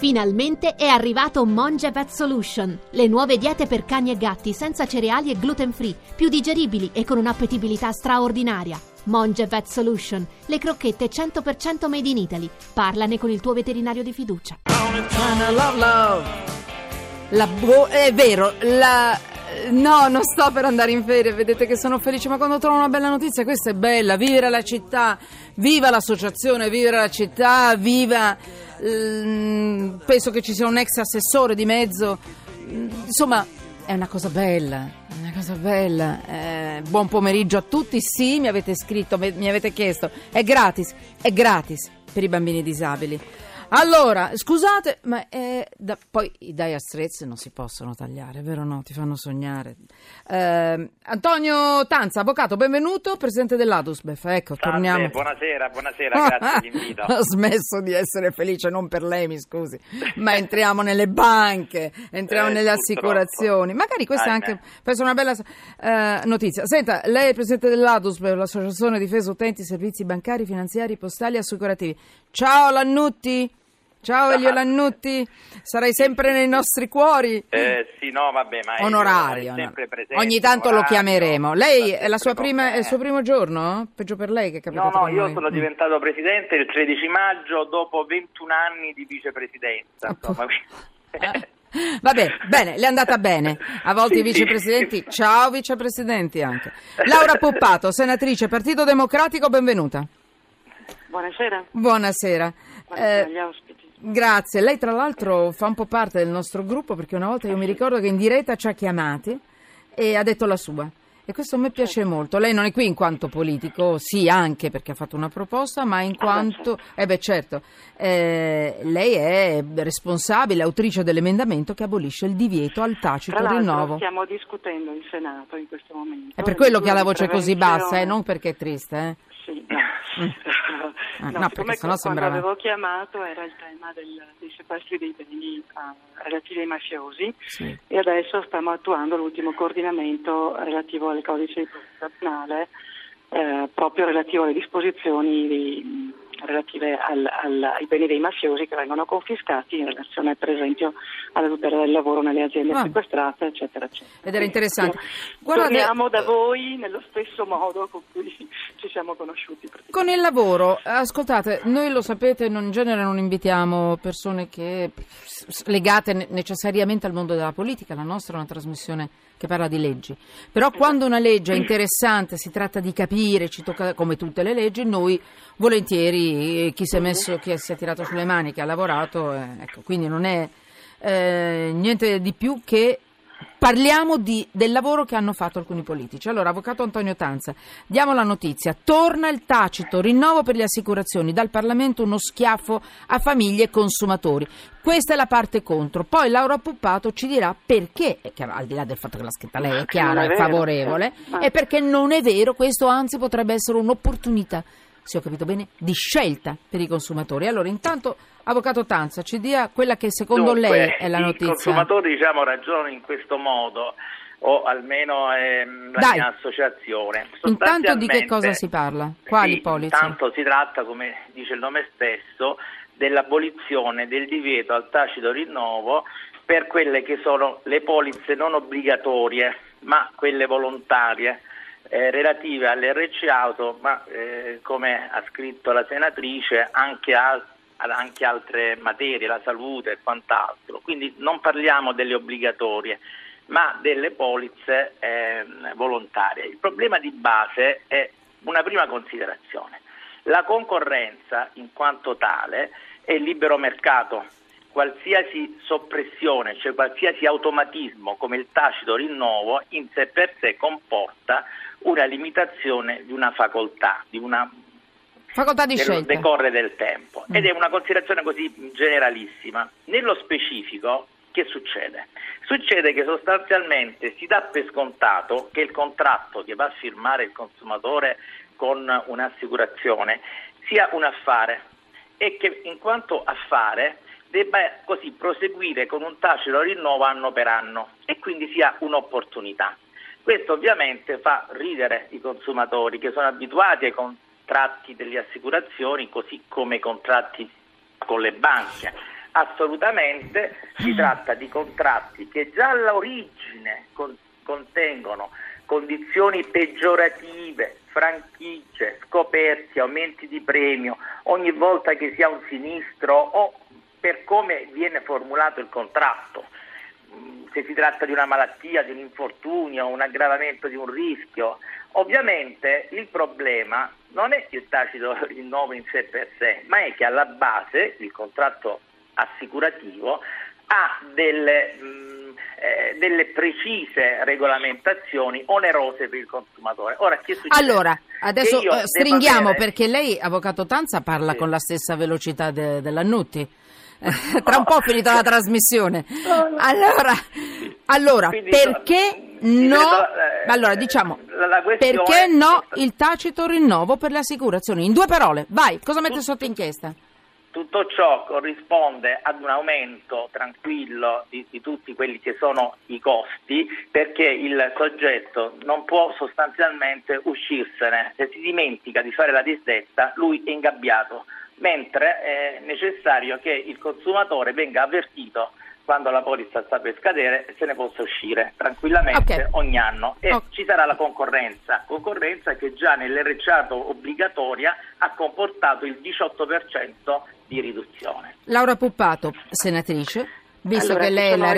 Finalmente è arrivato Monge Vet Solution, le nuove diete per cani e gatti senza cereali e gluten free, più digeribili e con un'appetibilità straordinaria. Monge Vet Solution, le crocchette 100% made in Italy. Parlane con il tuo veterinario di fiducia. È vero, no, non sto per andare in ferie, vedete che sono felice, ma quando trovo una bella notizia, questa è bella, vivere la città, viva l'associazione, vivere la città, viva, penso che ci sia un ex assessore di mezzo, insomma, è una cosa bella, buon pomeriggio a tutti, sì, mi avete scritto, mi avete chiesto, è gratis per i bambini disabili. Allora, scusate, ma poi i dire straits non si possono tagliare, vero no? Ti fanno sognare. Antonio Tanza, avvocato, benvenuto, presidente dell'Adusbef. Ecco, torniamo. Buonasera, grazie dell'invito. Ho smesso di essere felice, non per lei, mi scusi, ma entriamo nelle banche, entriamo nelle assicurazioni. Magari questa è anche, penso, una bella notizia. Senta, lei è il presidente dell'Adusbef, l'Associazione Difesa Utenti Servizi Bancari, Finanziari, Postali e Assicurativi. Ciao Lannutti. Ciao Elio Lannutti, sarai sempre nei nostri cuori. Sì, no, vabbè, ma onorario. Sempre presente, ogni tanto onorario, lo chiameremo. Lei è la sua prima, è il suo è primo giorno? Peggio per lei che è capitato. No, io sono diventato presidente il 13 maggio dopo 21 anni di vicepresidenza. Vabbè, bene, le è andata bene. A volte i vicepresidenti, ciao vicepresidenti anche. Laura Puppato, senatrice Partito Democratico, benvenuta. Buonasera. Agli ospiti. Grazie, lei tra l'altro fa un po' parte del nostro gruppo, perché una volta io mi ricordo che in diretta ci ha chiamati e ha detto la sua, e questo a me piace molto. Lei non è qui in quanto politico, sì, anche perché ha fatto una proposta, ma in quanto lei è responsabile, autrice dell'emendamento che abolisce il divieto al tacito rinnovo. Stiamo discutendo in Senato in questo momento. È per quello che ha la voce così bassa, non perché è triste, Sì, no, perché sennò quando sembrava... avevo chiamato era il tema dei sequestri dei beni relativi ai mafiosi, sì. E adesso stiamo attuando l'ultimo coordinamento relativo al codice di procedura penale, proprio relativo alle disposizioni relative ai beni dei mafiosi che vengono confiscati in relazione per esempio alla tutela del lavoro nelle aziende sequestrate, eccetera, eccetera. Ed era interessante. Torniamo da voi nello stesso modo con cui ci siamo conosciuti. Con il lavoro, ascoltate, noi lo sapete, in genere non invitiamo persone che legate necessariamente al mondo della politica, la nostra è una trasmissione che parla di leggi, però quando una legge è interessante, si tratta di capire, ci tocca, come tutte le leggi, noi volentieri, chi si è tirato sulle maniche, ha lavorato, ecco, quindi non è niente di più che parliamo del lavoro che hanno fatto alcuni politici. Allora, avvocato Antonio Tanza, diamo la notizia, torna il tacito rinnovo per le assicurazioni, dal Parlamento uno schiaffo a famiglie e consumatori. Questa è la parte contro, poi Laura Puppato ci dirà perché, che al di là del fatto che la scritta lei è chiara, è favorevole, e perché non è vero, questo anzi potrebbe essere un'opportunità, se ho capito bene, di scelta per i consumatori. Allora, intanto, avvocato Tanza, ci dia quella che secondo lei è la notizia. I consumatori, ragionano in questo modo, o almeno la mia associazione. Intanto di che cosa si parla? Quali polizze? Intanto si tratta, come dice il nome stesso, dell'abolizione del divieto al tacito rinnovo per quelle che sono le polizze non obbligatorie, ma quelle volontarie, relative alle RC auto, ma come ha scritto la senatrice, anche altre materie, la salute e quant'altro. Quindi non parliamo delle obbligatorie, ma delle polizze volontarie. Il problema di base è una prima considerazione. La concorrenza, in quanto tale, è il libero mercato. Qualsiasi soppressione, cioè qualsiasi automatismo come il tacito rinnovo, in sé per sé comporta una limitazione di una facoltà, di una facoltà di scelta, decorre del tempo, ed è una considerazione così generalissima. Nello specifico, che succede? Succede che sostanzialmente si dà per scontato che il contratto che va a firmare il consumatore con un'assicurazione sia un affare, e che in quanto affare debba così proseguire con un tacito rinnovo anno per anno, e quindi sia un'opportunità. Questo ovviamente fa ridere i consumatori che sono abituati ai contratti delle assicurazioni, così come i contratti con le banche. Assolutamente, si tratta di contratti che già all'origine contengono condizioni peggiorative, franchigie, scoperti, aumenti di premio, ogni volta che si ha un sinistro o per come viene formulato il contratto. Se si tratta di una malattia, di un infortunio, un aggravamento di un rischio. Ovviamente il problema non è il tacito rinnovo in sé per sé, ma è che alla base il contratto assicurativo ha delle precise regolamentazioni onerose per il consumatore. Ora, che succede? Allora, adesso stringhiamo, avere... perché lei, avvocato Tanza, parla con la stessa velocità dell'Annutti. Tra un po' finita la trasmissione. Allora Quindi, perché diciamo perché no il tacito rinnovo per le assicurazioni? In 2 parole, vai, cosa mette sotto inchiesta? Tutto ciò corrisponde ad un aumento tranquillo di tutti quelli che sono i costi, perché il soggetto non può sostanzialmente uscirsene. Se si dimentica di fare la disdetta, lui è ingabbiato, mentre è necessario che il consumatore venga avvertito quando la polizza sta per scadere e se ne possa uscire tranquillamente ogni anno. E ci sarà la concorrenza che già nell'RCA obbligatoria ha comportato il 18% di riduzione. Laura Puppato, senatrice, visto che lei è la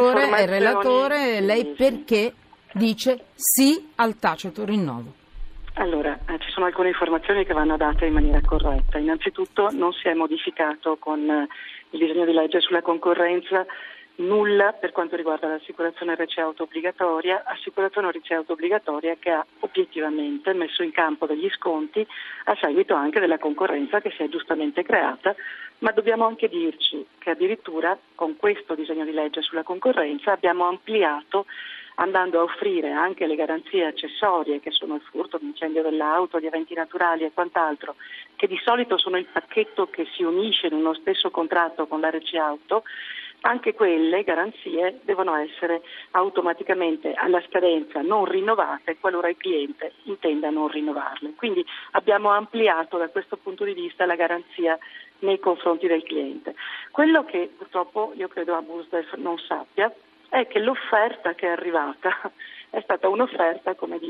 relatore, lei perché dice sì al tacito rinnovo? Allora, ci sono alcune informazioni che vanno date in maniera corretta. Innanzitutto non si è modificato con il disegno di legge sulla concorrenza nulla per quanto riguarda l'assicurazione RC auto obbligatoria, assicurazione RC auto obbligatoria che ha obiettivamente messo in campo degli sconti a seguito anche della concorrenza che si è giustamente creata, ma dobbiamo anche dirci che addirittura con questo disegno di legge sulla concorrenza abbiamo ampliato, andando a offrire anche le garanzie accessorie che sono il furto, l'incendio dell'auto, gli eventi naturali e quant'altro, che di solito sono il pacchetto che si unisce in uno stesso contratto con l'RC auto. Anche quelle garanzie devono essere automaticamente alla scadenza non rinnovate qualora il cliente intenda non rinnovarle. Quindi abbiamo ampliato da questo punto di vista la garanzia nei confronti del cliente. Quello che purtroppo io credo Abusdef non sappia è che l'offerta che è arrivata è stata un'offerta,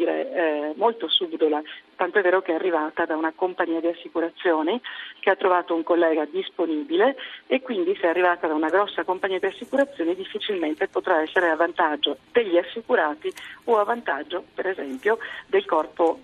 molto subdola, tanto è vero che è arrivata da una compagnia di assicurazioni che ha trovato un collega disponibile e quindi se è arrivata da una grossa compagnia di assicurazioni difficilmente potrà essere a vantaggio degli assicurati o a vantaggio, per esempio, del corpo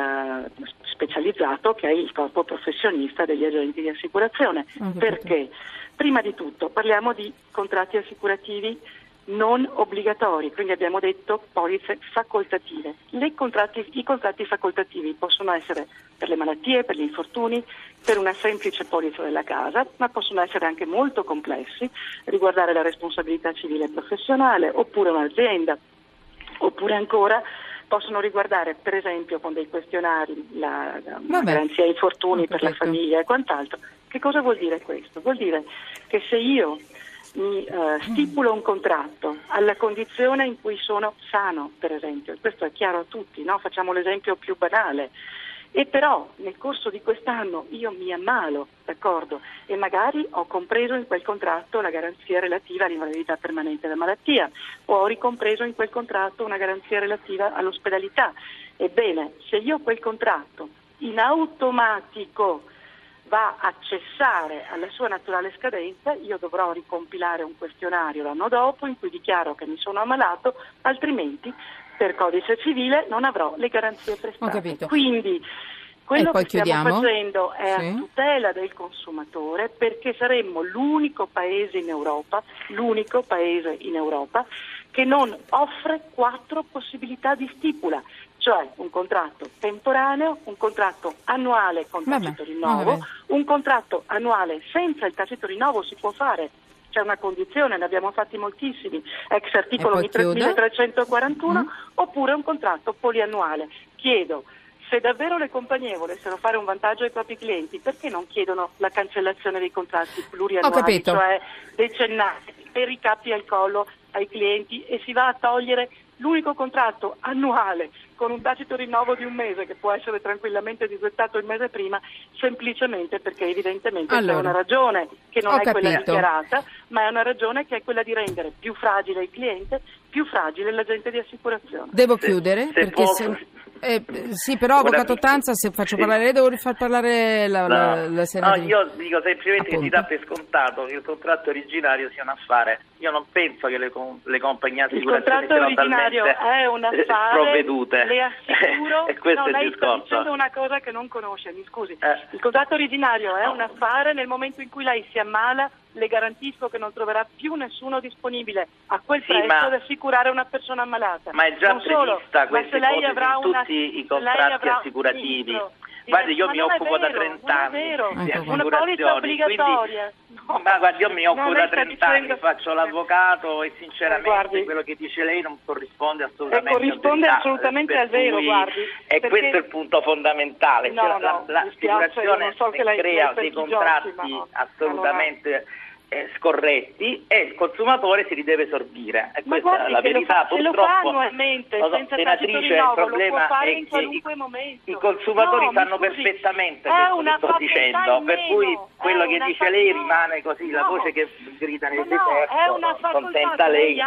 specializzato che è il corpo professionista degli agenti di assicurazione. Perché? Prima di tutto parliamo di contratti assicurativi non obbligatori, quindi abbiamo detto polizze facoltative. I contratti facoltativi possono essere per le malattie, per gli infortuni, per una semplice polizza della casa, ma possono essere anche molto complessi, riguardare la responsabilità civile e professionale, oppure un'azienda, oppure ancora possono riguardare per esempio con dei questionari la garanzia infortuni per la famiglia e quant'altro. Che cosa vuol dire questo? Vuol dire che se io mi stipulo un contratto alla condizione in cui sono sano, per esempio, questo è chiaro a tutti, no? Facciamo l'esempio più banale, e però nel corso di quest'anno io mi ammalo, d'accordo, e magari ho compreso in quel contratto la garanzia relativa all'invalidità permanente della malattia o ho ricompreso in quel contratto una garanzia relativa all'ospedalità. Ebbene, se io quel contratto in automatico va a cessare alla sua naturale scadenza, io dovrò ricompilare un questionario l'anno dopo in cui dichiaro che mi sono ammalato, altrimenti per codice civile non avrò le garanzie prestate. Ho capito. Quindi quello che stiamo facendo è a tutela del consumatore, perché saremmo l'unico paese in Europa che non offre 4 possibilità di stipula, cioè un contratto temporaneo, un contratto annuale con tacito rinnovo, un contratto annuale senza il tacito rinnovo si può fare, c'è una condizione, ne abbiamo fatti moltissimi, ex articolo 1341, oppure un contratto poliannuale. Chiedo, se davvero le compagnie volessero fare un vantaggio ai propri clienti, perché non chiedono la cancellazione dei contratti pluriannuali, cioè decennali, per i capi al collo ai clienti, e si va a togliere l'unico contratto annuale con un tacito rinnovo di un mese che può essere tranquillamente disettato il mese prima, semplicemente perché evidentemente c'è una ragione che non è quella dichiarata, ma è una ragione che è quella di rendere più fragile il cliente, più fragile l'agente di assicurazione. Devo chiudere perché sì, però avvocato Tanza, se faccio parlare lei devo rifar parlare la senatrice. No, io dico semplicemente che si dà per scontato che il contratto originario sia un affare. Io non penso che le compagnie assicurazioni il contratto originario è un affare sprovvedute. Le assicuro e questo è il lei discorso. sta dicendo una cosa che non conosce, mi scusi. Il contratto originario è un affare nel momento in cui lei si ammala. Le garantisco che non troverà più nessuno disponibile a quel prezzo ad assicurare una persona ammalata. Ma è già prevista questa ipotesi in tutti i contratti assicurativi. Guardi, io mi occupo da 30 anni di una polizza obbligatoria. No, ma guardi, io mi occupo da 30 anni, faccio l'avvocato e sinceramente quello che dice lei non corrisponde assolutamente al vero, guardi. E questo è il punto fondamentale. L'assicurazione crea dei contratti assolutamente scorretti e il consumatore si li deve sorbire, e questa è la verità. Purtroppo lo fa annualmente, senza senatrice, il problema è che i consumatori sanno perfettamente quello che sto dicendo, per cui quello che dice lei rimane così, la voce che grida nel deserto, contenta lei.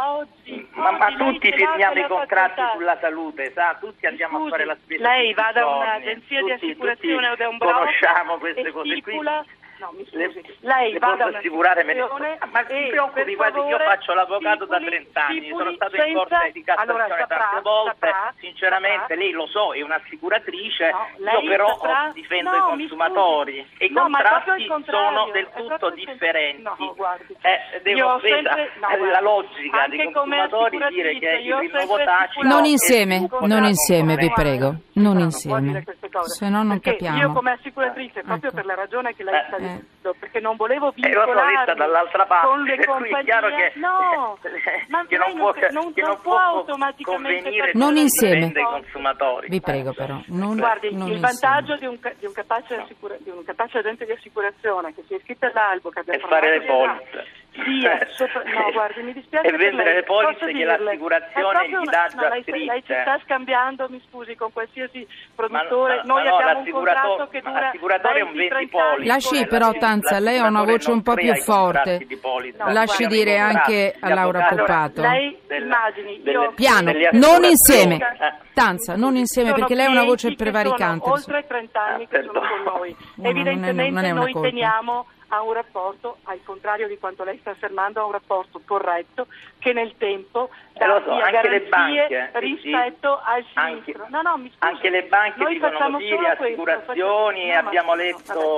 Ma tutti firmiamo i contratti sulla salute, sa? Tutti andiamo a fare la spesa. Lei va da un'agenzia di assicurazione o da un broker, conosciamo queste cose qui. No, mi scusi, lei va da un'assicurazione, ma si preoccupi, guardi, io faccio l'avvocato da 30 anni, sono stato in Corte di Cassazione tante volte, sinceramente lei lo so, è un'assicuratrice, io però difendo i consumatori e i contratti sono del tutto differenti. Devo la logica dei consumatori dire che il rinnovo tacito non insieme, vi prego, non insieme, se no non capiamo. Io come assicuratrice, proprio per la ragione che lei sta dicendo, perché non volevo vincolarmi dall'altra parte, con le compagnie, ma che non può automaticamente non insieme i consumatori. Vi prego però, guardi, il vantaggio di un capace agente di assicurazione che si è iscritto all'albo, che abbia fare le polizze. No, guardi, mi dispiace e vendere le polizze che l'assicurazione gli dà già scritte. Lei ci sta scambiando, mi scusi, con qualsiasi produttore. Noi abbiamo un contratto che dura 20-30 anni. Lasci però, Tanza, lei ha una voce un po' più forte. Lasci dire anche a Laura Coppato. Lei immagini, piano, non insieme. Tanza, non insieme, perché lei ha una voce prevaricante. Sono oltre 30 anni che sono con noi. Evidentemente noi teniamo a un rapporto, al contrario di quanto lei sta affermando, a un rapporto corretto che nel tempo dà garanzie rispetto al sinistro. Mi scusi, anche le banche noi dicono così, le assicurazioni, abbiamo letto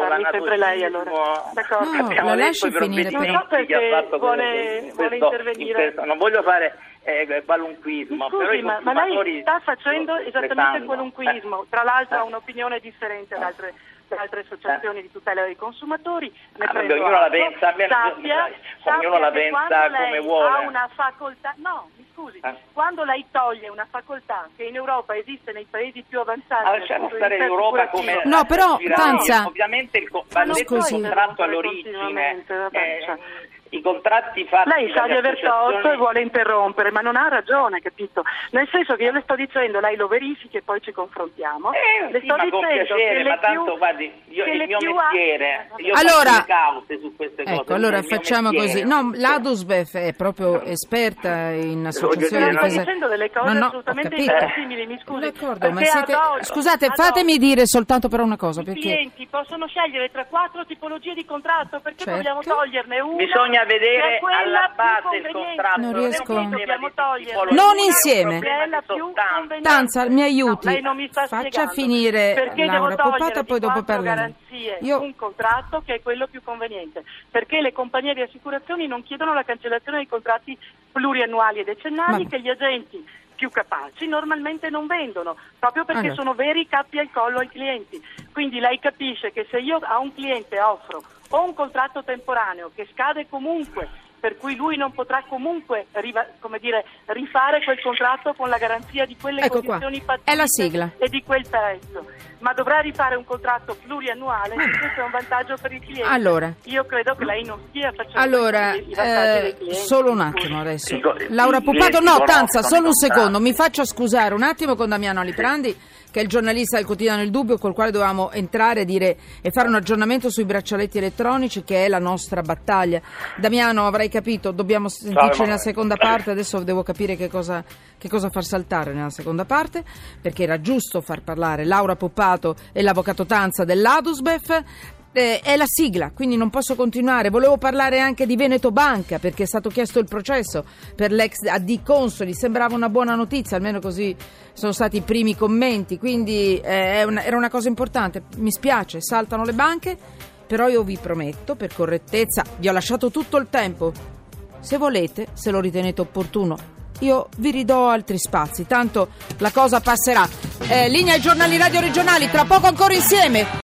la lasci finire, non so perché vuole intervenire. Non voglio fare qualunquismo, scusi, ma lei sta facendo esattamente qualunquismo, tra l'altro ha un'opinione differente da altre associazioni di tutela dei consumatori. Ognuno la pensa, ognuno la pensa come vuole. Ha una facoltà, mi scusi, quando lei toglie una facoltà che in Europa esiste nei paesi più avanzati, lasciamo stare l'Europa come no, però Tanza, ovviamente il contratto all'origine i contratti fatti. Lei sa di aver torto e vuole interrompere, ma non ha ragione, capito? Nel senso che io le sto dicendo, lei lo verifichi e poi ci confrontiamo. Le sto dicendo con piacere, ma tanto guardi, il mio mestiere, io allora, cause su queste cose. Ecco, allora facciamo così. No, l'Adusbef è proprio esperta in associazioni di sto dicendo delle cose assolutamente inverosimili, mi scusi. D'accordo, ma scusate, fatemi dire soltanto però una cosa, perché i clienti possono scegliere tra 4 tipologie di contratto, perché dobbiamo toglierne una? Bisogna vedere alla base il contratto. Non riesco. Non insieme. Tanza, mi aiuti. Lei non mi sta Faccia finire perché Laura Coppato, poi dopo parliamo. Un contratto che è quello più conveniente, perché le compagnie di assicurazioni non chiedono la cancellazione dei contratti pluriannuali e decennali che gli agenti più capaci normalmente non vendono, proprio perché sono veri cappi al collo ai clienti. Quindi lei capisce che se io a un cliente offro o un contratto temporaneo che scade comunque per cui lui non potrà comunque rifare quel contratto con la garanzia di quelle condizioni pattizie è la sigla e di quel prezzo, ma dovrà rifare un contratto pluriannuale, e questo è un vantaggio per il cliente. Allora, io credo che lei non stia facendo i vantaggi dei clienti. Solo un attimo adesso. Laura Puppato, no, Tanza, solo un secondo, mi faccia scusare un attimo con Damiano Aliprandi, che è il giornalista del quotidiano Il Dubbio, col quale dovevamo entrare e fare un aggiornamento sui braccialetti elettronici, che è la nostra battaglia. Damiano, avrai capito, dobbiamo sentirci nella seconda parte, adesso devo capire che cosa far saltare nella seconda parte, perché era giusto far parlare Laura Puppato e l'avvocato Tanza dell'Adusbef. È la sigla, quindi non posso continuare. Volevo parlare anche di Veneto Banca, perché è stato chiesto il processo per l'ex AD Consoli. Sembrava una buona notizia, almeno così sono stati i primi commenti, quindi era una cosa importante. Mi spiace, saltano le banche, però io vi prometto, per correttezza, vi ho lasciato tutto il tempo. Se volete, se lo ritenete opportuno, io vi ridò altri spazi, tanto la cosa passerà. Linea ai giornali radio regionali, tra poco ancora insieme.